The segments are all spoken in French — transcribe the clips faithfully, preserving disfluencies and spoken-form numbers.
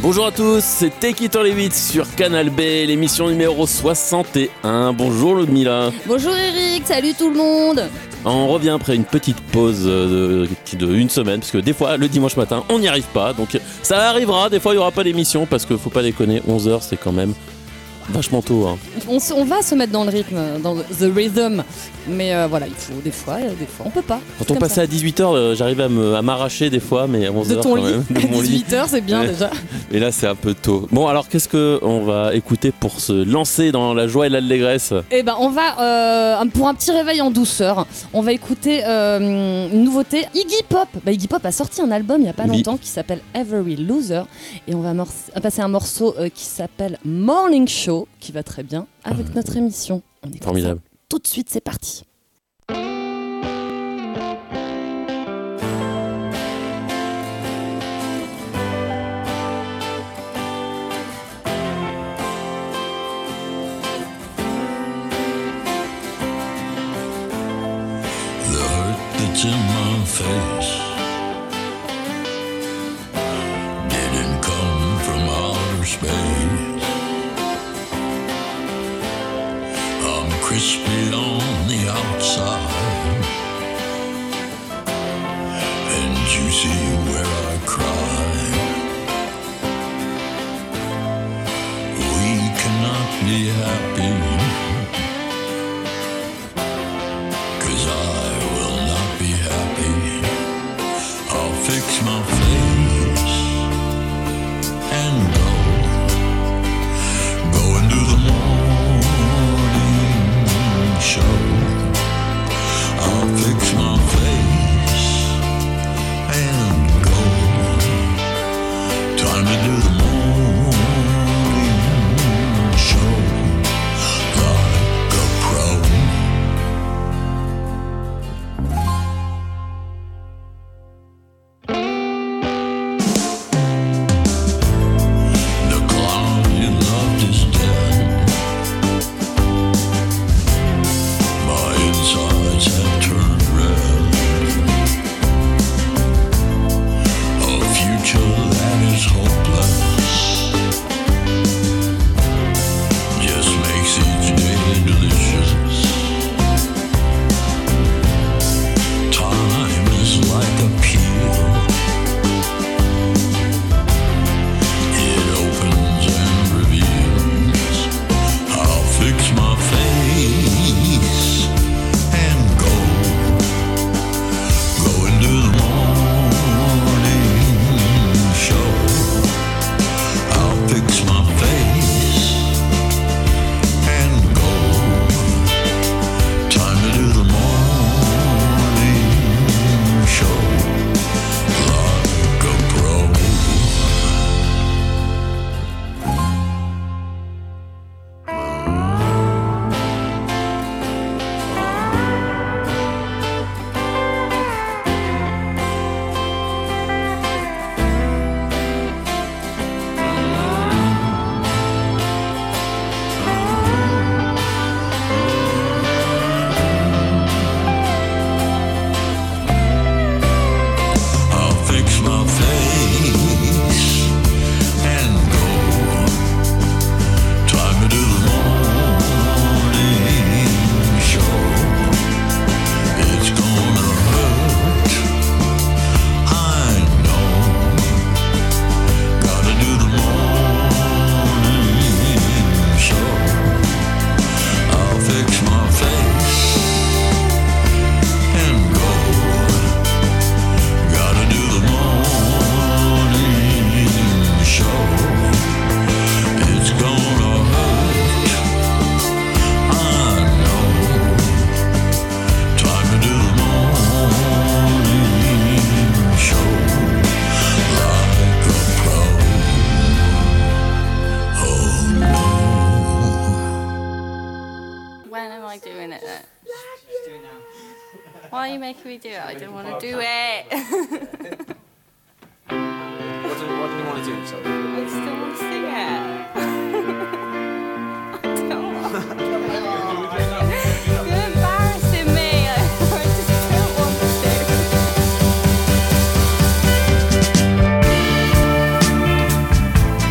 Bonjour à tous, c'est Take It or Leave It sur Canal B, l'émission numéro soixante et un. Bonjour Ludmilla. Bonjour Eric, salut tout le monde. On revient après une petite pause de, de une semaine, parce que des fois, le dimanche matin, on n'y arrive pas. Donc ça arrivera, des fois il n'y aura pas d'émission, parce qu'il faut pas déconner, onze heures c'est quand même vachement tôt. Hein. On, se, on va se mettre dans le rythme, dans the rhythm, mais euh, voilà, il faut des fois, des fois on peut pas. Quand on passait ça. à dix-huit heures, euh, j'arrivais à, me, à m'arracher des fois, mais à onze heures de ton quand lit. même. De mon dix-huit heures c'est bien ouais. déjà. Et là c'est un peu tôt. Bon alors qu'est-ce qu'on va écouter pour se lancer dans la joie et l'allégresse ? Eh ben on va, euh, pour un petit réveil en douceur, on va écouter euh, une nouveauté, Iggy Pop. Bah, Iggy Pop a sorti un album il y a pas longtemps oui. qui s'appelle Every Loser, et on va morce- passer un morceau euh, qui s'appelle Morning Show, qui va très bien avec notre émission. On écoute formidable. Ça. Tout de suite, c'est parti. In my face didn't come from outer space. I'm crispy on the outside and juicy where I cry. We cannot be happy, 'cause I fix my face and go, go and do the morning show. I'll fix my face and go. Time to do the morning show like a pro. Why are you making me do it? I don't want to do it. What do, what do you want to do? Sorry. I still want to sing it. I don't want to. You're embarrassing me. I just don't want to.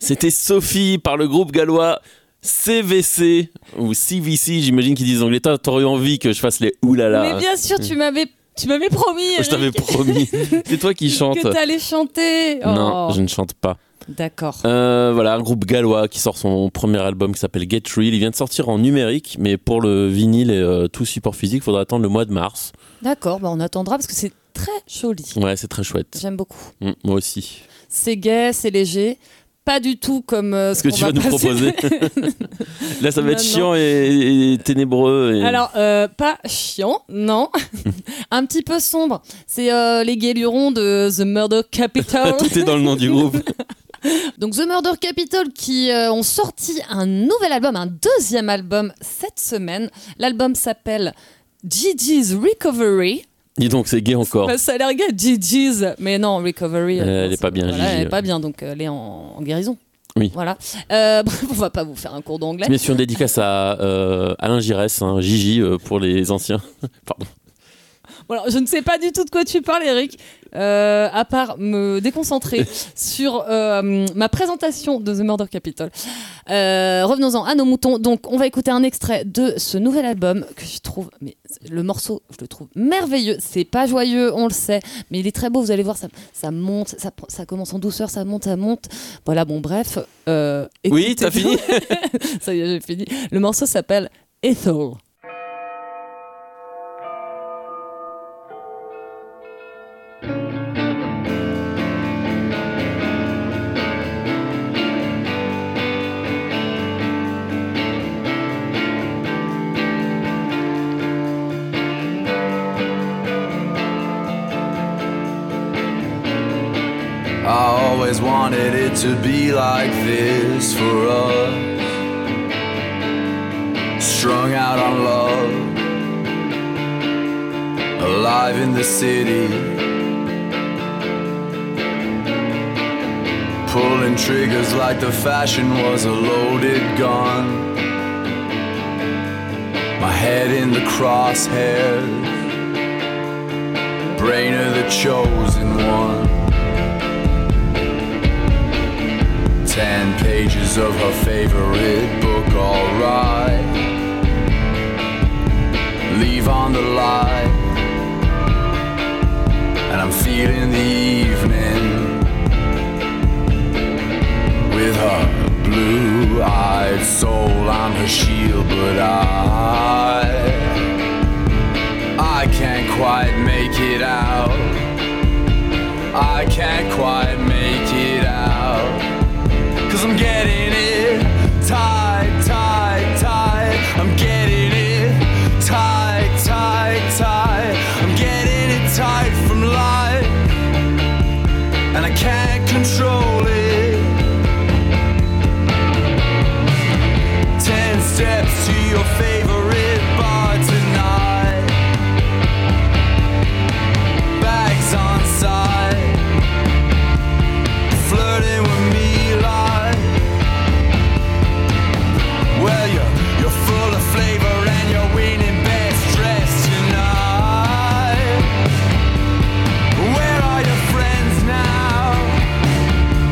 C'était Sophie par le groupe gallois C V C ou C V C, j'imagine qu'ils disent en anglais. Toi, t'aurais eu envie que je fasse les oulala. Mais bien sûr, tu m'avais, tu m'avais promis. Je t'avais Eric, promis. C'est toi qui chante. que t'allais chanter. Oh. Non, je ne chante pas. D'accord. Euh, voilà, un groupe gallois qui sort son premier album qui s'appelle Get Real. Il vient de sortir en numérique, mais pour le vinyle et euh, tout support physique, il faudra attendre le mois de mars. D'accord, bah on attendra parce que c'est très joli. Ouais, c'est très chouette. J'aime beaucoup. Mmh, moi aussi. C'est gai, c'est léger. Pas du tout comme euh, ce, Ce que qu'on tu va vas nous passer. proposer. Là, ça va Non, être non. chiant et, et ténébreux. Et... Alors, euh, pas chiant, non. Un petit peu sombre. C'est euh, les guélurons de The Murder Capital. Tout est dans le nom du groupe. Donc The Murder Capital qui euh, ont sorti un nouvel album, un deuxième album cette semaine. L'album s'appelle Gigi's Recovery. Dis donc, c'est gay encore. Bah, ça a l'air gay, Gigi's. Mais non, Recovery. Euh, euh, elle est pas bien, voilà, Gigi, Elle est ouais. pas bien, donc euh, elle est en, en guérison. Oui. Voilà. Euh, bref, on va pas vous faire un cours d'anglais. Mais sur une dédicace à euh, Alain Giresse, hein, Gigi euh, pour les anciens. Pardon. Voilà, je ne sais pas du tout de quoi tu parles, Eric, euh, à part me déconcentrer sur euh, ma présentation de The Murder Capital. Euh, revenons-en à nos moutons. Donc, on va écouter un extrait de ce nouvel album que je trouve, mais le morceau, je le trouve merveilleux. C'est pas joyeux, on le sait, mais il est très beau. Vous allez voir, ça, ça monte, ça, ça commence en douceur, ça monte, ça monte. Voilà, bon, bref. Euh, Oui, écoutez- t'as fini. Ça y est, j'ai fini. Le morceau s'appelle Ethel. I always wanted it to be like this for us, strung out on love, alive in the city, pulling triggers like the fashion was a loaded gun, my head in the crosshairs, brain of the chosen one. Ten pages of her favorite book, alright. Leave on the light, and I'm feeling the evening with her blue-eyed soul on her shield, but I, I can't quite make it out. I can't quite make it out. Cause I'm getting it tight, tight, tight. I'm getting it tight, tight, tight. I'm getting it tight from life, and I can't control it. Ten steps to your favorite bar tonight. Bags on side, flirting with me like, well, you're, you're full of flavor and you're winning best dressed tonight. Where are your friends now?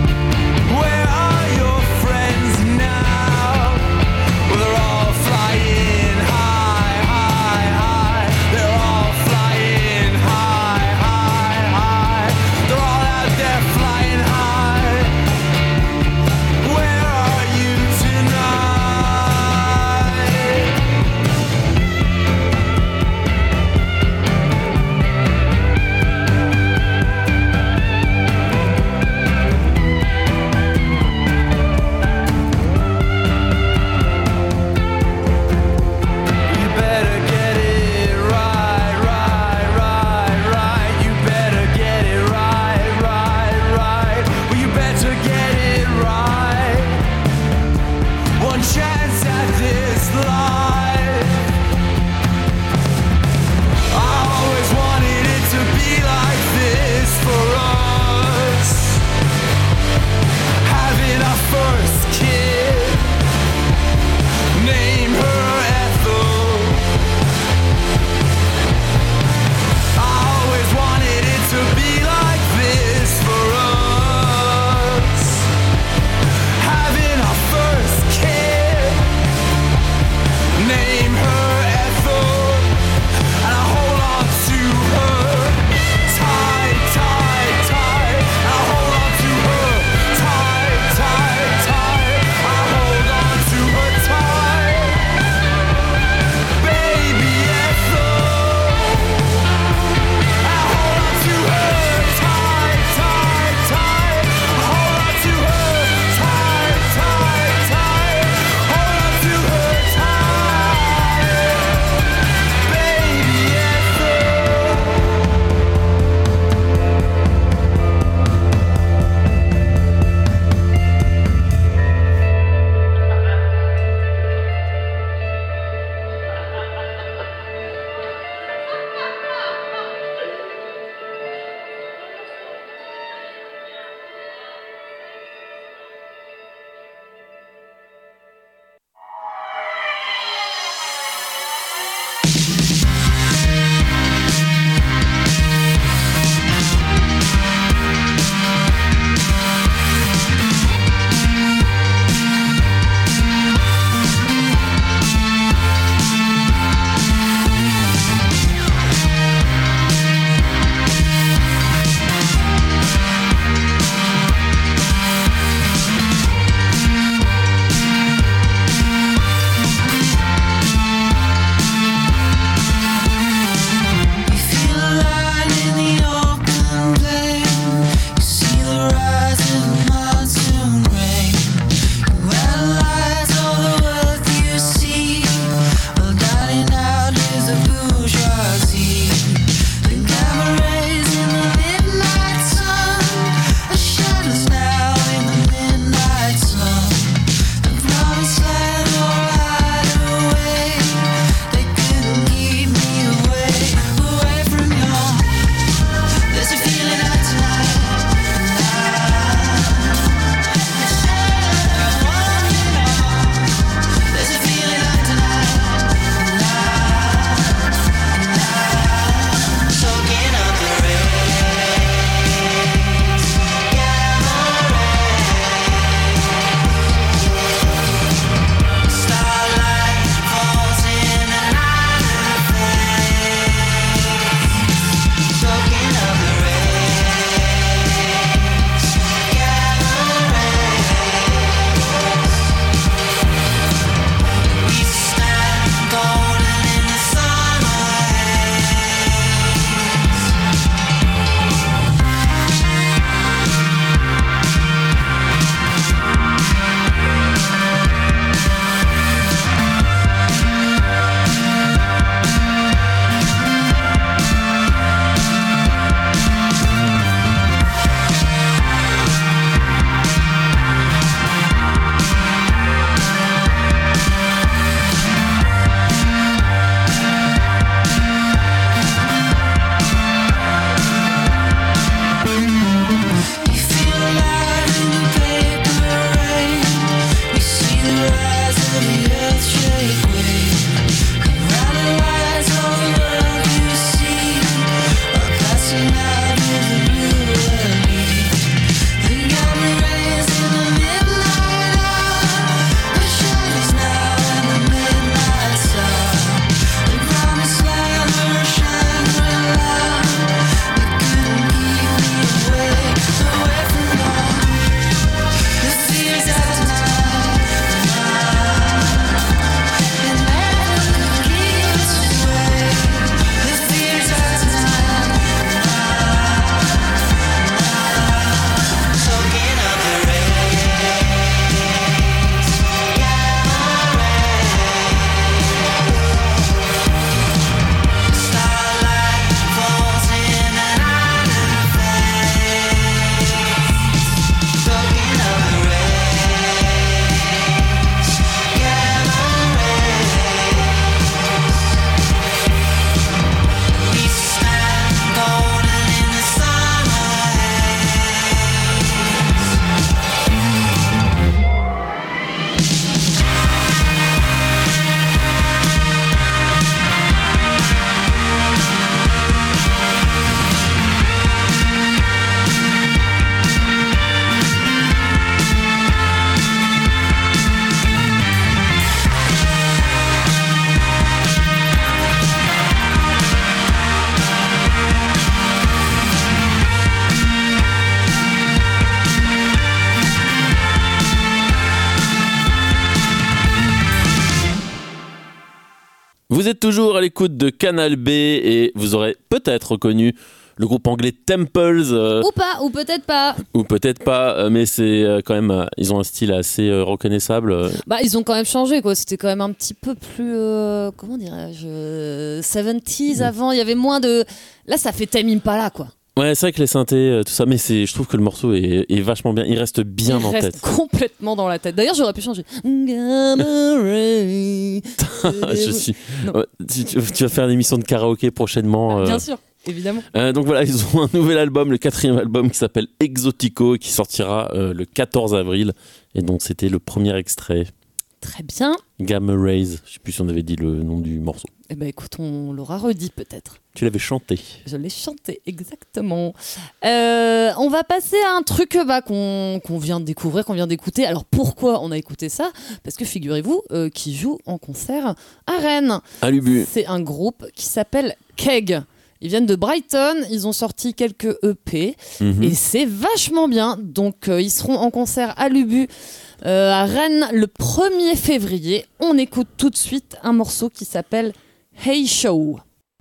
Vous êtes toujours à l'écoute de Canal B et vous aurez peut-être reconnu le groupe anglais Temples. Euh, Ou pas, ou peut-être pas. Ou peut-être pas, euh, mais c'est euh, quand même, euh, ils ont un style assez euh, reconnaissable. euh. Bah, ils ont quand même changé, quoi. C'était quand même un petit peu plus. euh, comment dirais-je euh, soixante-dix avant, il y avait moins de. Là, ça fait Tame Impala, quoi. Ouais, c'est vrai que les synthés, euh, tout ça, mais c'est, je trouve que le morceau est, est vachement bien. Il reste bien il en reste tête. complètement dans la tête. D'ailleurs, j'aurais pu changer. Gamma Ray. Je suis. Non. Ouais, tu, tu- tu vas faire une émission de karaoké prochainement. euh. Bien sûr, évidemment. Euh, donc voilà, ils ont un nouvel album, le quatrième album qui s'appelle Exotico, qui sortira euh, le quatorze avril. Et donc c'était le premier extrait. Très bien. Gamma Rays. Je sais plus si on avait dit le nom du morceau. Eh ben, écoute, on l'aura redit peut-être. Tu l'avais chanté. Je l'ai chanté, exactement. Euh, on va passer à un truc bah, qu'on qu'on vient de découvrir, qu'on vient d'écouter. Alors pourquoi on a écouté ça ? Parce que figurez-vous euh, qu'ils jouent en concert à Rennes. À l'Ubu. C'est un groupe qui s'appelle Keg. Ils viennent de Brighton, ils ont sorti quelques E P Mhm. et c'est vachement bien. Donc euh, ils seront en concert à l'Ubu euh, à Rennes le premier février. On écoute tout de suite un morceau qui s'appelle Hey Show.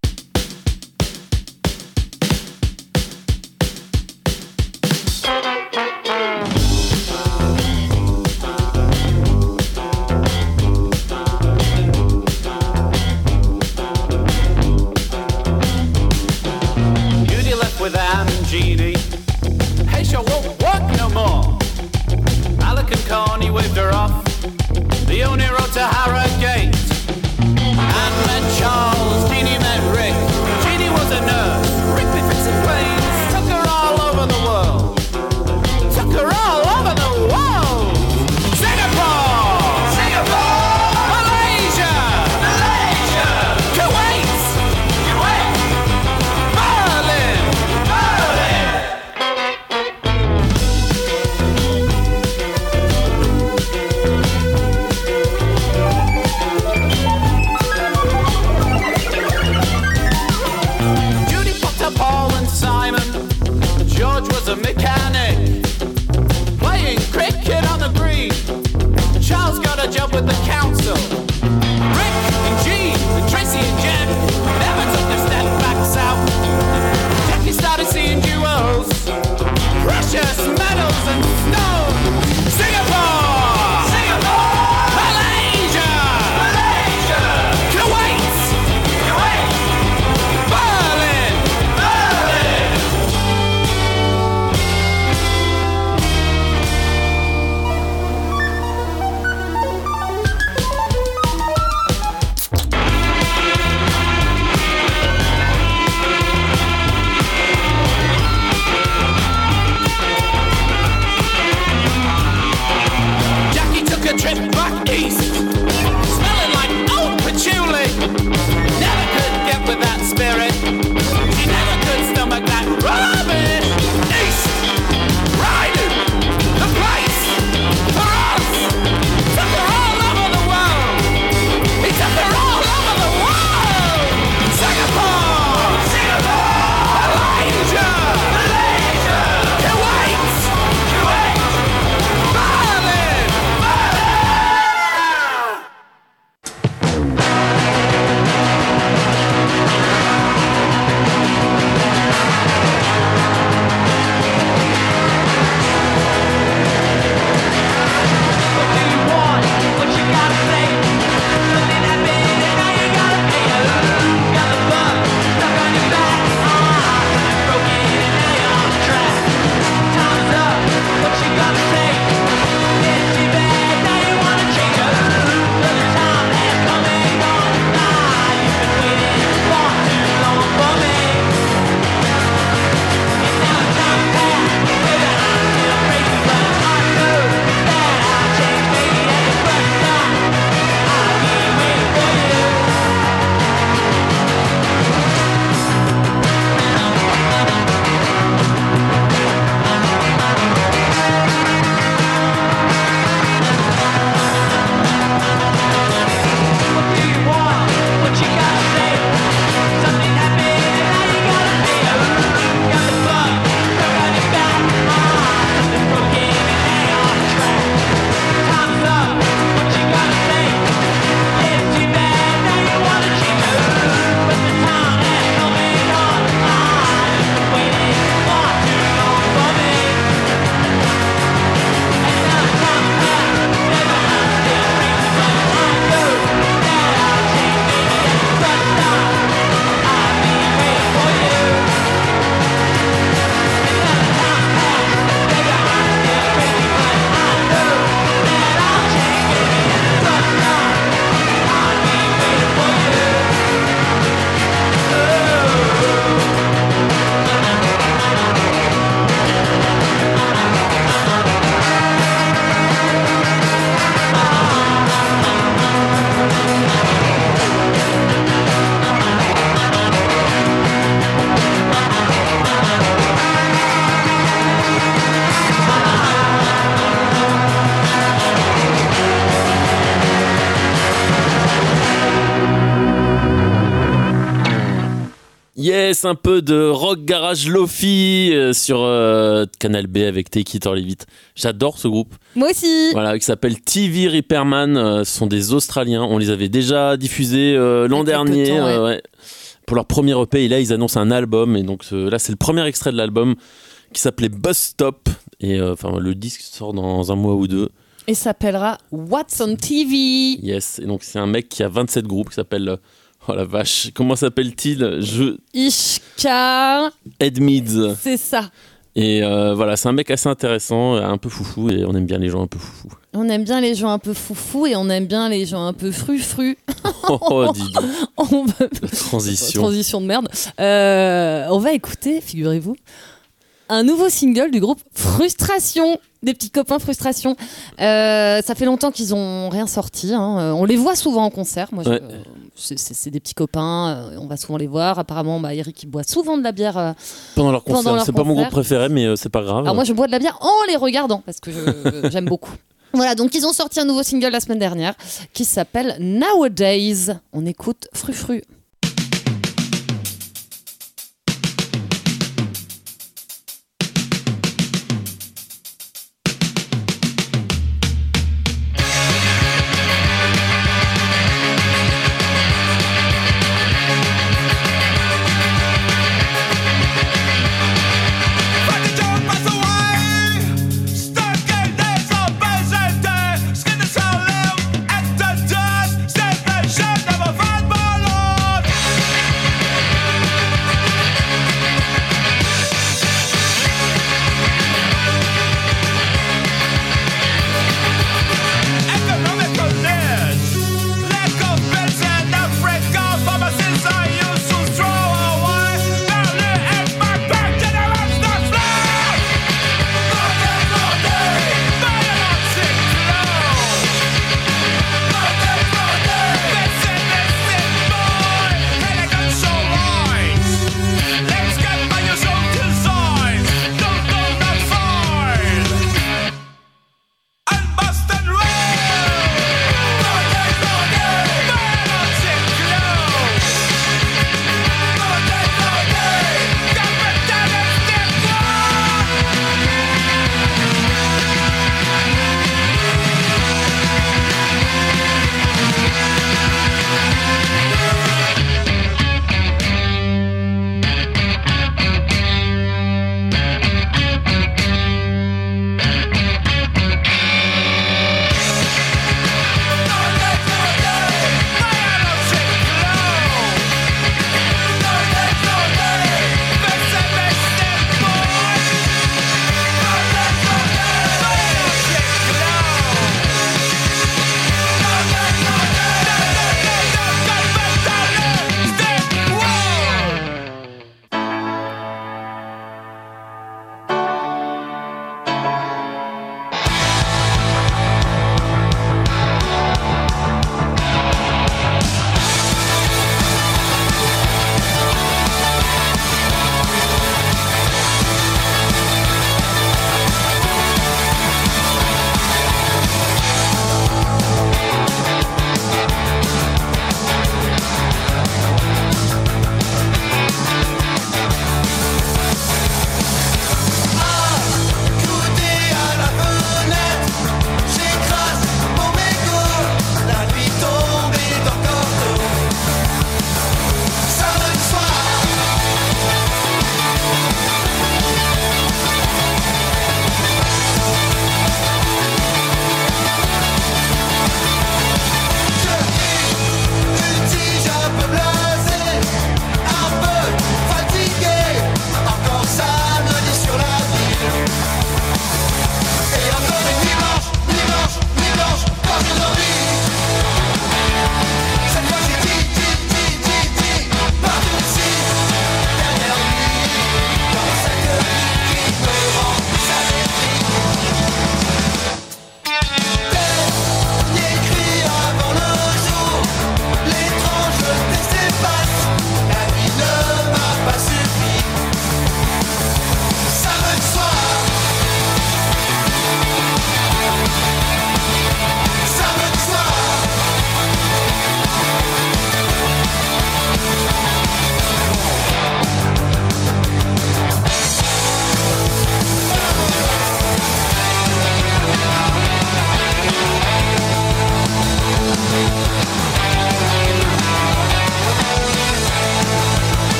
Judy left with Anne and Jeannie. Hey, show won't work no more. Alec and Connie waved her off. Leonie rode to Harrogate and met Charles. Jeannie Yes, un peu de rock garage lofi euh, sur euh, Canal B avec Take It or Leave It. J'adore ce groupe. Moi aussi. Voilà, qui s'appelle T V Repairman. Euh, ce sont des Australiens. On les avait déjà diffusés euh, l'an Il y a quelques dernier temps, ouais. euh, ouais, pour leur premier E P. Et là, ils annoncent un album. Et donc euh, là, c'est le premier extrait de l'album qui s'appelait Bus Stop. Et enfin, euh, le disque sort dans un mois ou deux. Et s'appellera What's on T V. Yes. Et donc c'est un mec qui a vingt-sept groupes qui s'appelle. Euh, oh la vache, comment s'appelle-t-il? Je. Ishkar. Ed Meads. C'est ça. Et euh, voilà, c'est un mec assez intéressant, un peu foufou, et on aime bien les gens un peu foufou. On aime bien les gens un peu foufou et on aime bien les gens un peu fru-fru. Oh, oh dis donc. On va... Transition. Transition de merde. Euh, on va écouter, figurez-vous, un nouveau single du groupe Frustration. Des petits copains Frustration. Euh, ça fait longtemps qu'ils ont rien sorti. Hein. On les voit souvent en concert. Moi, je, Ouais. euh, c'est, c'est, c'est des petits copains. Euh, on va souvent les voir. Apparemment, bah, Eric, il boit souvent de la bière. Euh, Pendant leur concert, Pendant leur c'est pas mon concert. groupe préféré, mais euh, c'est pas grave. Alors moi, je bois de la bière en les regardant parce que je, j'aime beaucoup. Voilà, donc ils ont sorti un nouveau single la semaine dernière qui s'appelle Nowadays. On écoute Frufru. Skin is so limp, at the dust, sensation of a fat ball.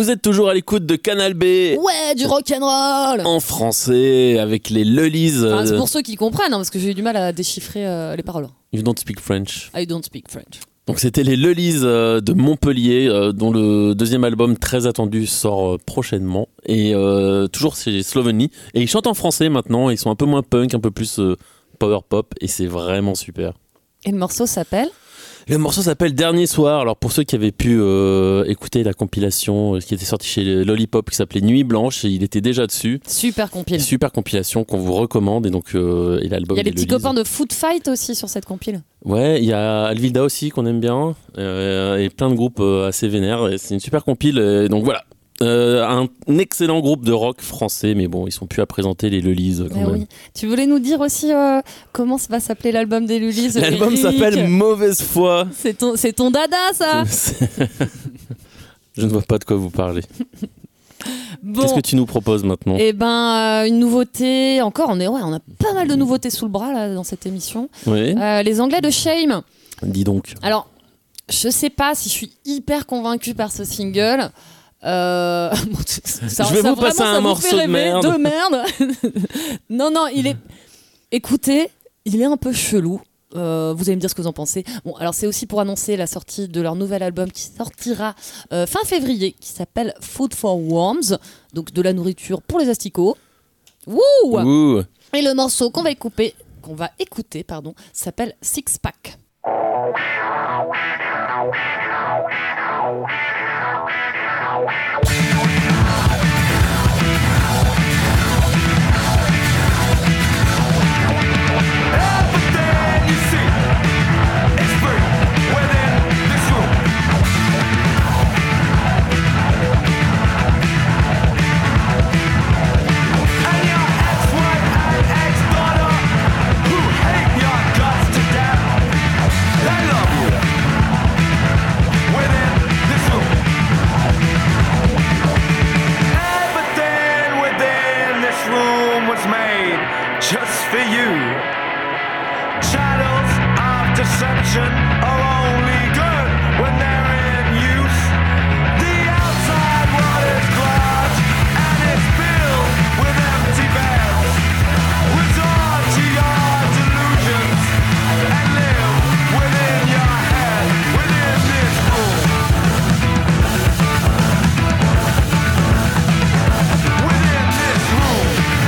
Vous êtes toujours à l'écoute de Canal B. Ouais, du rock'n'roll. En français, avec les Lullies. Enfin, c'est euh, pour ceux qui comprennent, hein, parce que j'ai eu du mal à déchiffrer euh, les paroles. You don't speak French. I don't speak French. Donc c'était les Lullies euh, de Montpellier, euh, dont le deuxième album très attendu sort euh, prochainement. Et euh, toujours chez Slovenly. Et ils chantent en français maintenant. Ils sont un peu moins punk, un peu plus euh, power pop. Et c'est vraiment super. Et le morceau s'appelle Le morceau s'appelle Dernier Soir. Alors pour ceux qui avaient pu euh, écouter la compilation euh, qui était sortie chez Lollipop, qui s'appelait Nuit Blanche, il était déjà dessus. Super compile. Super compilation qu'on vous recommande. Et donc euh, et l'album. Il y a les des petits Lullies. copains de Food Fight aussi sur cette compile. Ouais, il y a Alvilda aussi qu'on aime bien euh, et plein de groupes euh, assez vénères. Et c'est une super compile. Et donc voilà. Euh, un excellent groupe de rock français, mais bon, ils sont plus à présenter les Lullies quand Mais même. oui. Tu voulais nous dire aussi euh, comment va s'appeler l'album des Lullies? L'album Eric s'appelle Mauvaise Foi. C'est ton, c'est ton dada, ça. Je ne vois pas de quoi vous parlez. Bon. Qu'est-ce que tu nous proposes maintenant? Eh ben, euh, une nouveauté. Encore, on est, ouais, on a pas mal de nouveautés sous le bras là dans cette émission. Oui. Euh, les Anglais de Shame. Dis donc. Alors, je sais pas si je suis hyper convaincue par ce single. Euh... ça, Je vais ça, vous vraiment, passer ça un vous morceau fait de rêver. merde. De merde. non, non, il est. Écoutez, il est un peu chelou. Euh, vous allez me dire ce que vous en pensez. Bon, alors c'est aussi pour annoncer la sortie de leur nouvel album qui sortira euh, fin février, qui s'appelle Food for Worms, donc de la nourriture pour les asticots. Wouh! Ouh. Et le morceau qu'on va écouter, qu'on va écouter, pardon, s'appelle Six Pack. Just for you. Channels of deception are only good when they're in use. The outside world is glass and it's filled with empty bells. Resort to your delusions and live within your head, within this room. Within this room.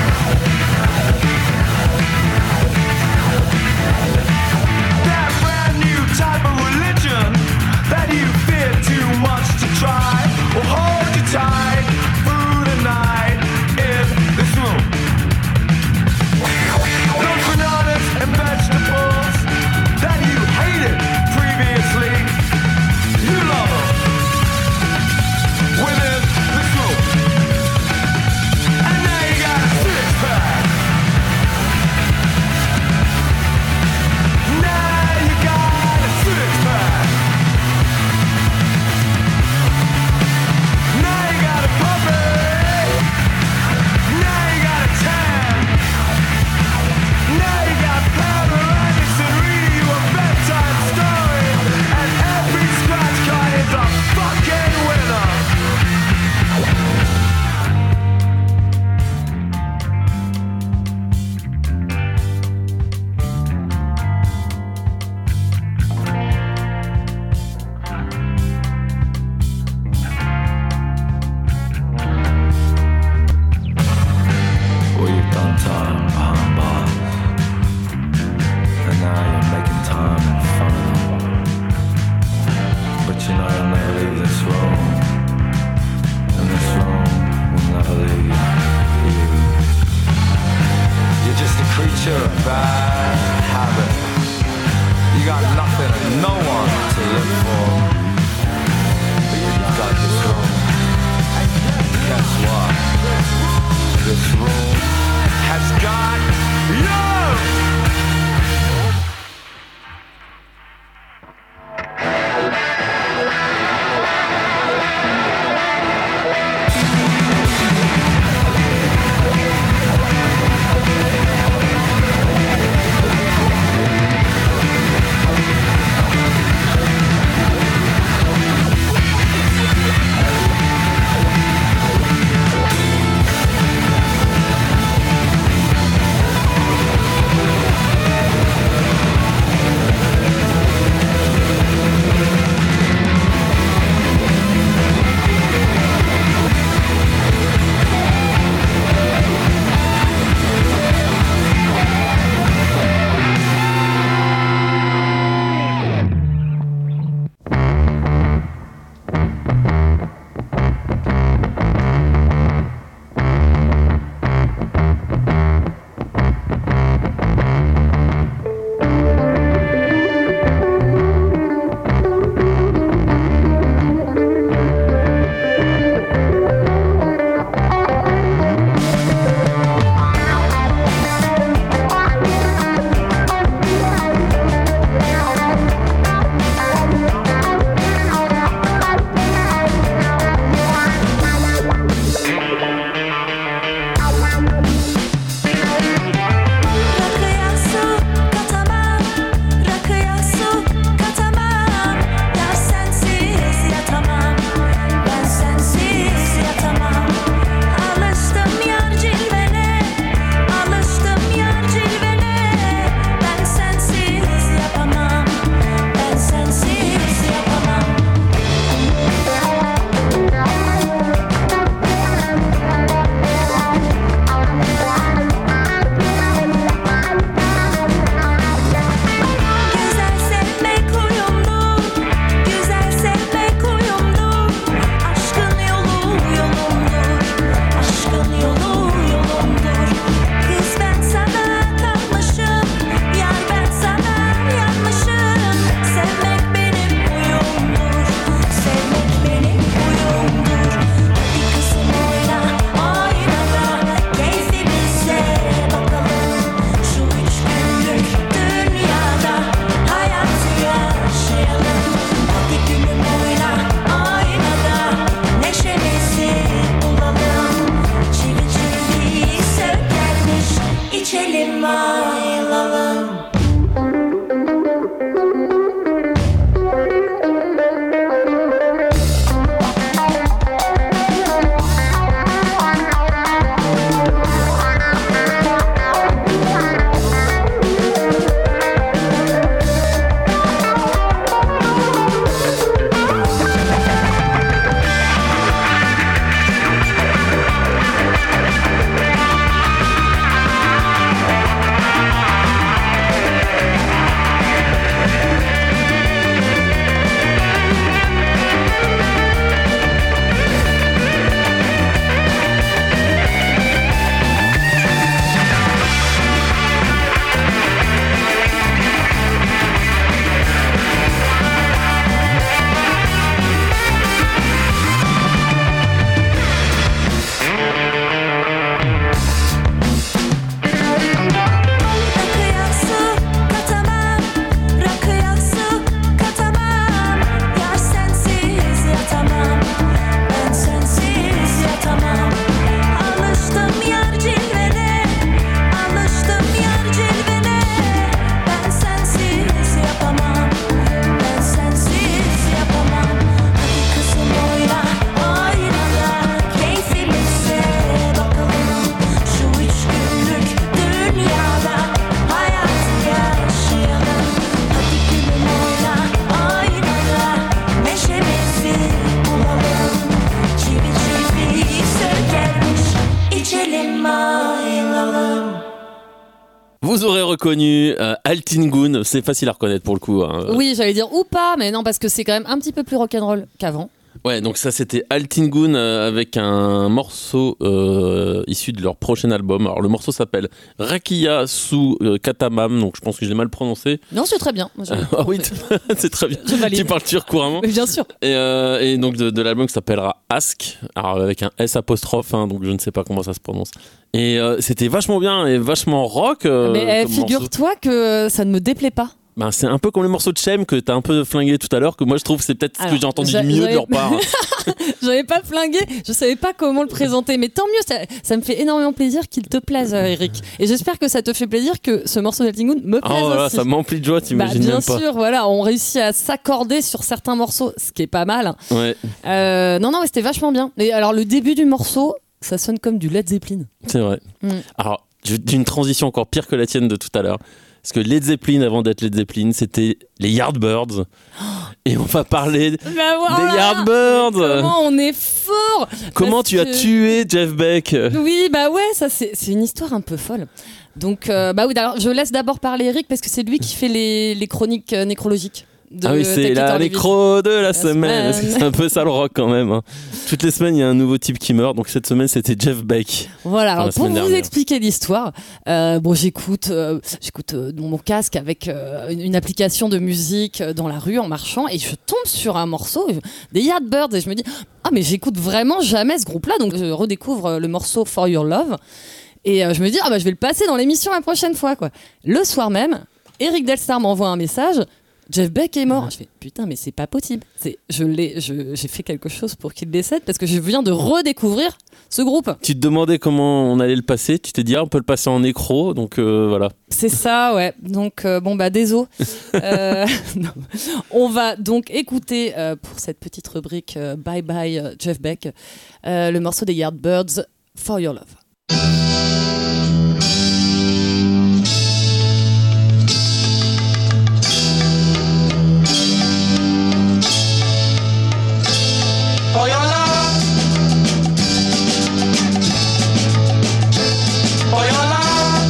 Type of religion that you fear too much to try will hold you tight through the night in this room. Those bananas and vegetables that you hated previously, you love them within this room. And now you got a six pack. Now you got six pack. Now you got a puppy. Now you got a tan. Now you got panoramics and read you a bedtime story. And every scratch card is a fucking winner. Well, you've done time behind bars, and now you're making time in front of them. But you know you'll never leave this room, and this room will never leave you. You're just a creature of bad habit. You got nothing and no one to live for, but you've got this room. Guess what? This room has got you! Vous aurez reconnu euh, Altingun, c'est facile à reconnaître pour le coup. Hein. Oui, j'allais dire ou pas, mais non, parce que c'est quand même un petit peu plus rock'n'roll qu'avant. Ouais, donc ça c'était Altingun euh, avec un morceau euh, issu de leur prochain album. Alors le morceau s'appelle Rakia sous euh, Katamam, donc je pense que je l'ai mal prononcé. Non, c'est très bien. Moi, Ah oui, c'est très bien. Tu parles turc couramment. Mais bien sûr. Et, euh, et donc de, de l'album qui s'appellera Ask, alors avec un S apostrophe, hein, donc je ne sais pas comment ça se prononce. Et euh, c'était vachement bien et vachement rock. Euh, Mais eh, comme figure-toi morceau. que ça ne me déplaît pas. Ben, c'est un peu comme les morceaux de Shem que t'as un peu flingué tout à l'heure, que moi je trouve que c'est peut-être Alors, ce que j'ai entendu j'a- du mieux j'avais- de leur part. J'avais pas flingué, je savais pas comment le présenter, mais tant mieux, ça, ça me fait énormément plaisir qu'il te plaise, euh, Eric. Et j'espère que ça te fait plaisir que ce morceau d'Altingun me plaise Oh voilà, aussi. ça m'emplit de joie, Bah, t'imagines bien même pas. sûr, voilà, on réussit à s'accorder sur certains morceaux, ce qui est pas mal. Ouais, Euh, non, non, mais c'était vachement bien. Et alors, le début du morceau, ça sonne comme du Led Zeppelin. c'est vrai. Mm. Alors, j'ai une transition encore pire que la tienne de tout à l'heure. Parce que Led Zeppelin, avant d'être Led Zeppelin, c'était les Yardbirds. Et on va parler Bah voilà, des Yardbirds. Comment on est fort. Comment Parce tu as que- tué Jeff Beck? Oui, bah ouais, ça c'est c'est une histoire un peu folle. Donc, euh, bah oui, alors, je laisse d'abord parler Eric parce que c'est lui qui fait les, les chroniques euh, nécrologiques. De Ah oui, c'est Take It or la Leave It. nécro de la semaine. semaine. Parce que c'est un peu ça le rock quand même. hein. Toutes les semaines, il y a un nouveau type qui meurt. Donc cette semaine, c'était Jeff Beck. Voilà, Enfin, alors la pour semaine vous dernière. expliquer l'histoire, euh, bon, j'écoute, euh, j'écoute euh, dans mon casque avec euh, une, une application de musique euh, dans la rue en marchant et je tombe sur un morceau euh, des Yardbirds et je me dis ah mais j'écoute vraiment jamais ce groupe-là, donc je redécouvre euh, le morceau For Your Love et euh, je me dis ah bah je vais le passer dans l'émission la prochaine fois quoi. Le soir même, Eric Delstar m'envoie un message. Jeff Beck est mort. Je fais putain, mais c'est pas possible. C'est, je l'ai, je- j'ai fait quelque chose pour qu'il décède parce que je viens de redécouvrir ce groupe. Tu te demandais comment on allait le passer. Tu t'es dit, ah, on peut le passer en nécro. Donc euh, voilà. C'est ça, ouais. Donc, euh, bon, bah, désolé. Euh, non. On va donc écouter euh, pour cette petite rubrique euh, Bye Bye euh, Jeff Beck, euh, le morceau des Yardbirds, For Your Love. For your love. For your love.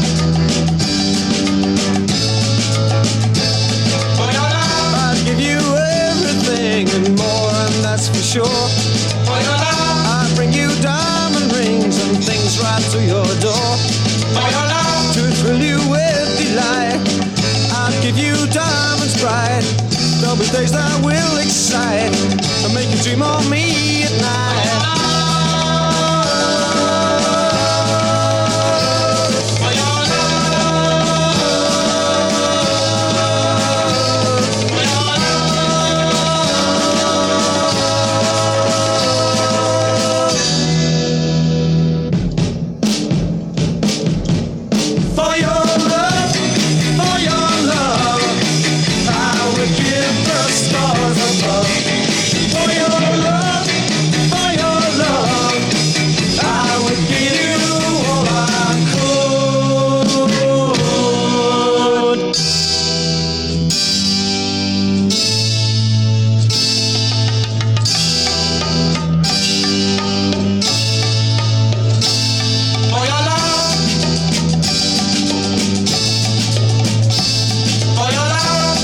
For your love. I'd give you everything and more, and that's for sure. For your love. I'd bring you diamond rings and things right to your door. For your love. To thrill you with delight. I'd give you diamonds bright. There'll be days that will excite and make you dream of me at night. For your love. For your love. For your love. For your love. I would give the stars above. For your love, for your love, I would give you all I could. For your love, for your love.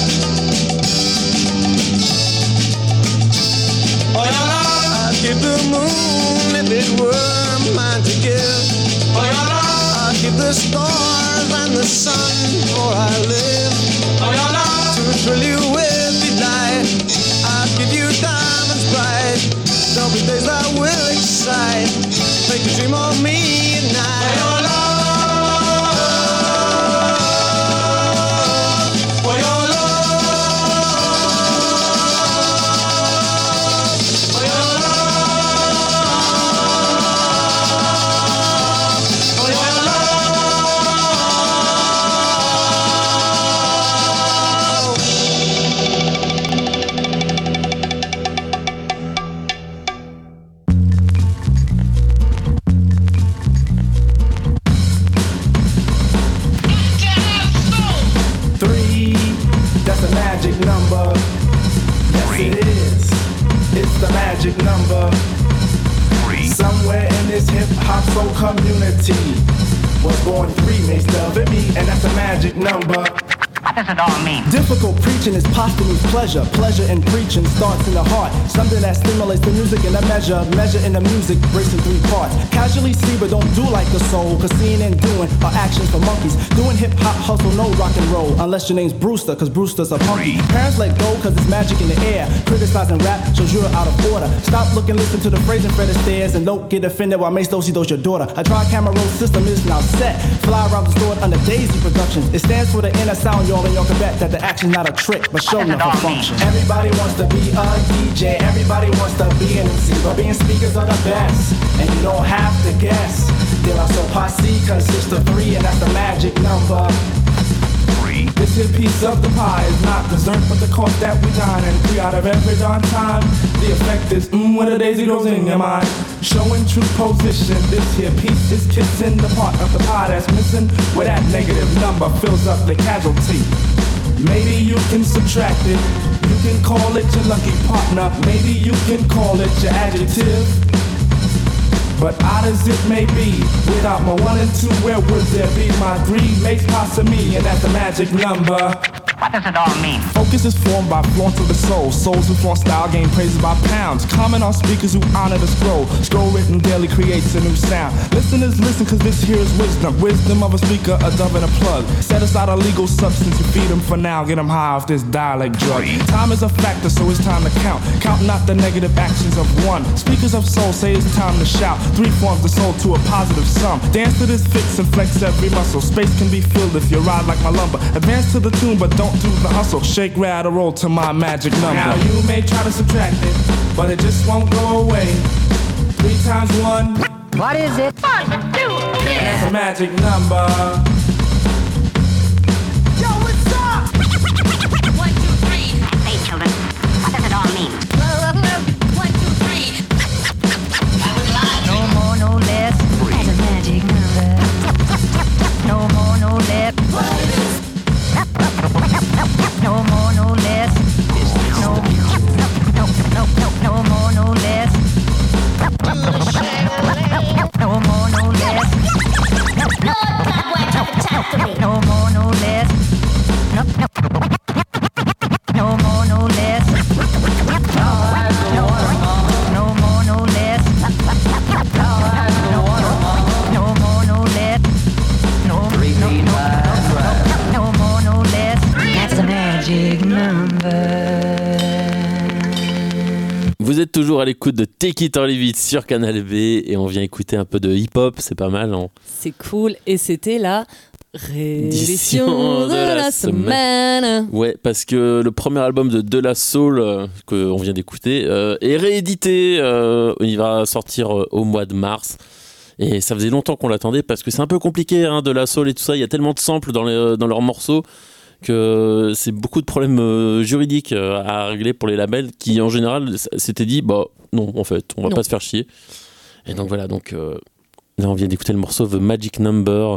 For your love, I'd give the moon if it were mine to give. For your love, I'd give the stars and the sun for I live. For your love, to thrill you with delight, I'd give you diamonds bright. There'll be days that will excite, make you dream of me at night. For your love, for your love. For your love, for your love. Three, that's a magic number. Yes, it is. It's the magic number. Somewhere in this hip hop soul community, Was born three, makes love at me, and that's a magic number. What does it all mean? Difficult preaching is posthumous pleasure. Pleasure in preaching starts in the heart. Something that stimulates the music in a measure. Measure in the music breaks in three parts. Casually see but don't do like the soul. Cause seeing and doing are actions for monkeys. Doing hip hop, hustle, no rock and roll. Unless your name's Brewster, cause Brewster's a punky. Parents let go cause it's magic in the air. Criticizing rap shows you're out of order. Stop looking, listen to the phrase and Fred Astaire. And don't get offended while Mace Dosey does your daughter. A tri-camera roll system is now set. Fly around the store under Daisy Productions. It stands for the inner sound, y'all, and y'all can bet that the action's not a trick, but show enough a function. Everybody wants to be a D J, everybody wants to be an M C, but being speakers are the best, and you don't have to guess. De La Soul Posse consists of three, and that's the magic number. This here piece of the pie is not dessert, but the cost that we dine. And three out of every darn time, the effect is mmm when a daisy grows in your mind. Showing true position, this here piece is kissing the part of the pie that's missing, where that negative number fills up the casualty. Maybe you can subtract it, you can call it your lucky partner, maybe you can call it your adjective. But odd as it may be, without my one and two, where would there be my three? Makes pasta me, and that's the magic number. What does it all mean? Focus is formed by flaunt of the soul. Souls who flaunt style gain praises by pounds. Comment on speakers who honor the scroll. Scroll written daily creates a new sound. Listeners listen cause this here is wisdom. Wisdom of a speaker, a dove and a plug. Set aside a legal substance to feed them for now. Get them high off this dialect drug. Time is a factor so it's time to count. Count not the negative actions of one. Speakers of soul say it's time to shout. Three forms the soul to a positive sum. Dance to this fix and flex every muscle. Space can be filled if you ride like my lumber. Advance to the tune but don't do the hustle. Shake, rattle, roll to my magic number. Now you may try to subtract it, but it just won't go away. Three times one. What is it? One, two, three. That's a magic number. Yo, what's up? One, two, three. Hey, children, what does it all mean? One, two, three. I would lie. No more, no less. That's a magic number. No more, no less. No more, no less. No, no, no, no, no more, no less. No more, no less. No more, no less. No, no, no more, no less. No, no more, no less. No, no more, no less. No, no, no, no more, no less. That's a magic number. Vous êtes toujours à l'écoute de Take It or Leave It sur Canal B et on vient écouter un peu de hip-hop, c'est pas mal. Hein. C'est cool et c'était la Réédition réédition de la semaine. Ouais, parce que le premier album de De La Soul euh, qu'on vient d'écouter euh, est réédité. Euh, il va sortir euh, au mois de mars. Et ça faisait longtemps qu'on l'attendait parce que c'est un peu compliqué, hein, De La Soul et tout ça. Il y a tellement de samples dans, les, dans leurs morceaux que c'est beaucoup de problèmes euh, juridiques euh, à régler pour les labels qui, en général, s'étaient dit bah non, en fait, on va Non. pas se faire chier. Et donc voilà, donc euh, là on vient d'écouter le morceau The Magic Number.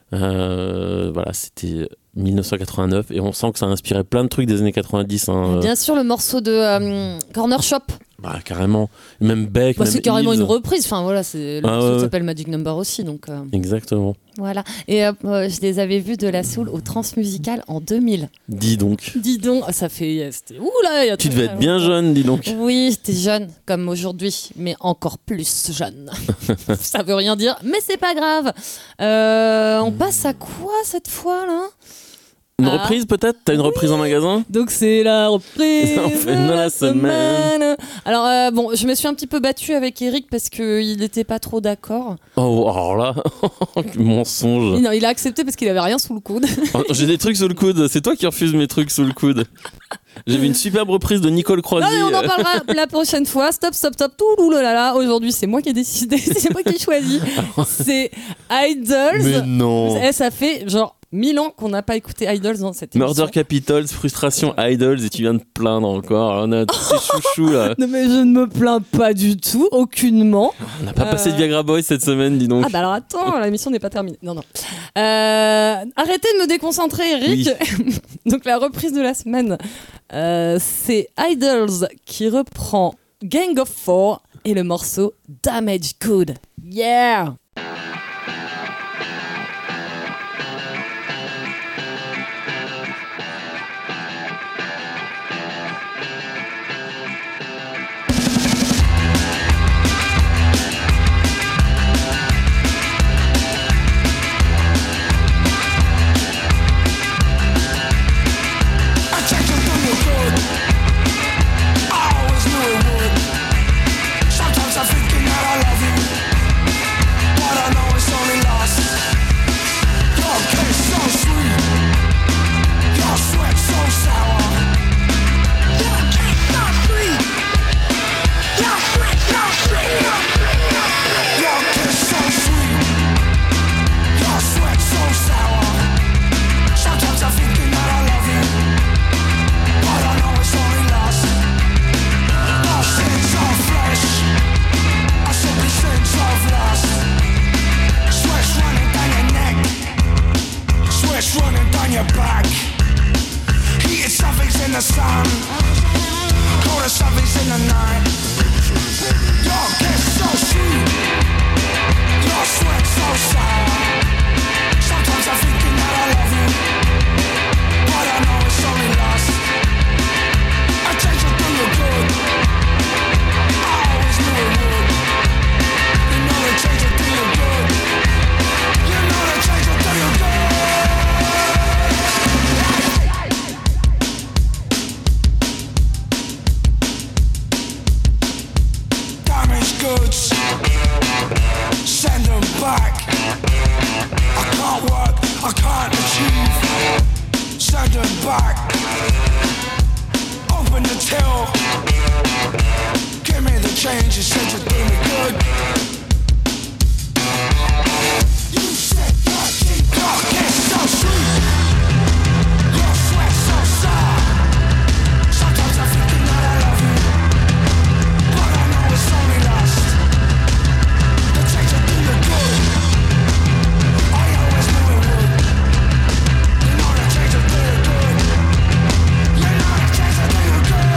Euh, voilà, c'était dix-neuf cent quatre-vingt-neuf et on sent que ça a inspiré plein de trucs des années quatre-vingt-dix. Hein. Bien sûr, le morceau de euh, Corner Shop. Bah, carrément. Même Beck, Bah, même c'est carrément Yves. une reprise. Enfin voilà, c'est le Ah, morceau ouais. s'appelle Magic Number aussi, donc euh, Exactement. voilà. Et euh, euh, je les avais vus De La Soul au Transmusical en deux mille. Dis donc. Dis donc, ça fait c'était ouh là, il y a Tu très devais être bien longtemps. jeune, dis donc. Oui, j'étais jeune comme aujourd'hui, mais encore plus jeune. Ça veut rien dire, mais c'est pas grave. Euh, on passe à quoi cette fois là? Une Ah. reprise peut-être? T'as une reprise en magasin? Donc c'est la reprise On fait de dans la la semaine. semaine. Alors euh, bon, je me suis un petit peu battue avec Eric parce qu'il n'était pas trop d'accord. Oh, alors là, mensonge. Non, il a accepté parce qu'il avait rien sous le coude. Oh, j'ai des trucs sous le coude, c'est toi qui refuses mes trucs sous le coude. J'avais une superbe reprise de Nicole Croisier. Non, mais on en parlera la prochaine fois. Stop, stop, stop. Tout là là. Aujourd'hui, c'est moi qui ai décidé. C'est moi qui ai choisi. C'est Idols. Mais non. Eh, ça fait genre mille ans qu'on n'a pas écouté Idols dans cette émission. Murder Capitals, frustration Idols et tu viens de te plaindre encore. Alors, on a tous ces chouchous là. Non, mais je ne me plains pas du tout, aucunement. On n'a pas Euh, passé de Viagra Boys cette semaine, dis donc. Ah bah alors attends, la mission n'est pas terminée. Non, non. Euh, arrêtez de me déconcentrer, Eric. Donc la reprise de la semaine, euh, c'est Idols qui reprend Gang of Four et le morceau Damage Good. Yeah! back. I can't work, I can't achieve. Send them back. Open the till. Give me the change, you said you'd do me good. You said your TikTok is so sweet. Your sweat so sour. Sometimes I'm thinking that I love you, but I know it's only lust. The change will do you good. I always knew it would. You know the change will do you good. You know the change will do you good.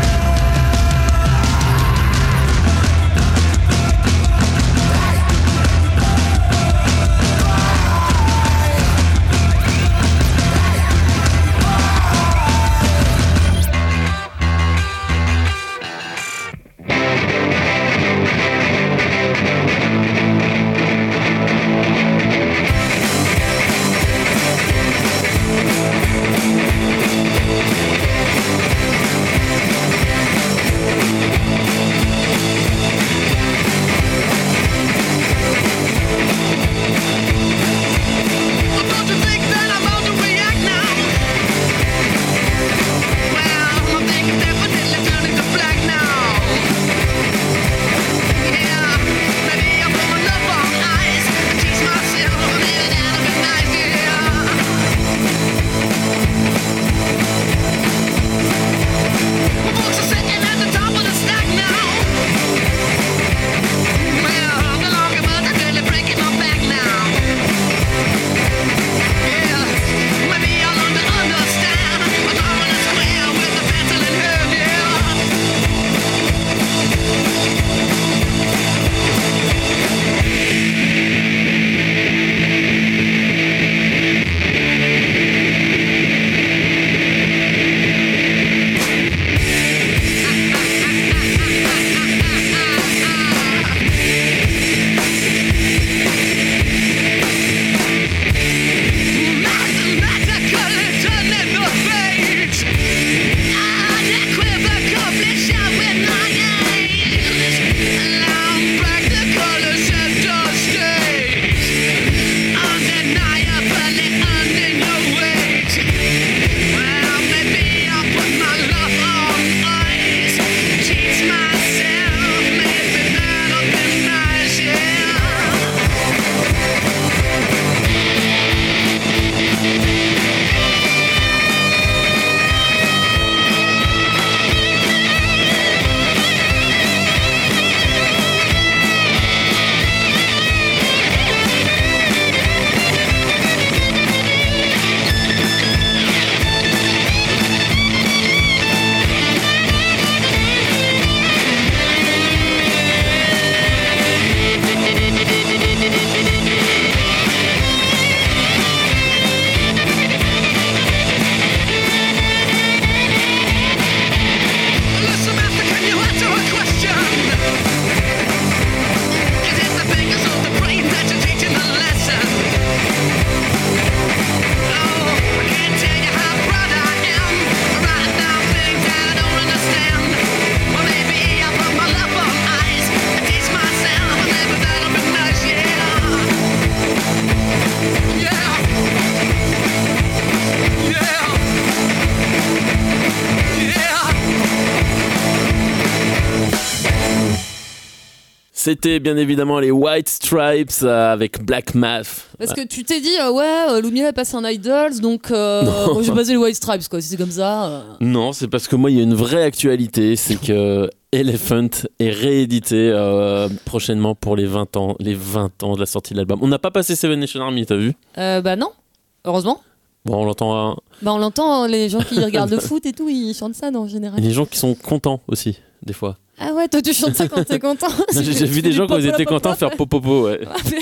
C'était bien évidemment les White Stripes euh, avec Black Math. Parce que tu t'es dit, euh, ouais, euh, Lumia est passé en Idols, donc euh, bon, j'ai passé les White Stripes, quoi. Si c'est comme ça. Euh... Non, c'est parce que moi, il y a une vraie actualité, c'est que Elephant est réédité euh, prochainement pour les vingt ans, les vingt ans de la sortie de l'album. On n'a pas passé Seven Nation Army, t'as vu ? euh, Bah non, heureusement. Bon, on l'entend. Hein. Bah on l'entend, les gens qui regardent le foot et tout, ils chantent ça en général. Et les gens qui sont contents aussi, des fois. Ah ouais, toi tu chantes ça quand t'es content. Non, j'ai, j'ai vu des gens quand ils étaient contents faire popopo, ouais.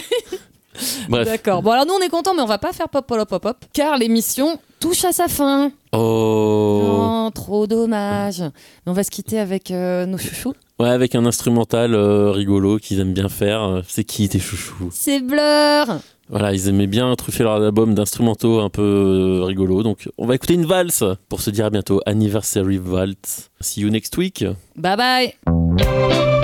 Bref. D'accord. Bon alors nous on est contents, mais on va pas faire pop pop pop pop, car l'émission touche à sa fin. Oh. Oh, trop dommage. Mais on va se quitter avec euh, nos chouchous. Ouais, avec un instrumental euh, rigolo qu'ils aiment bien faire. C'est qui tes chouchous ? C'est Blur. Voilà, ils aimaient bien truffer leur album d'instrumentaux un peu euh, rigolos. Donc, on va écouter une valse pour se dire à bientôt. Anniversary Waltz. See you next week. Bye bye.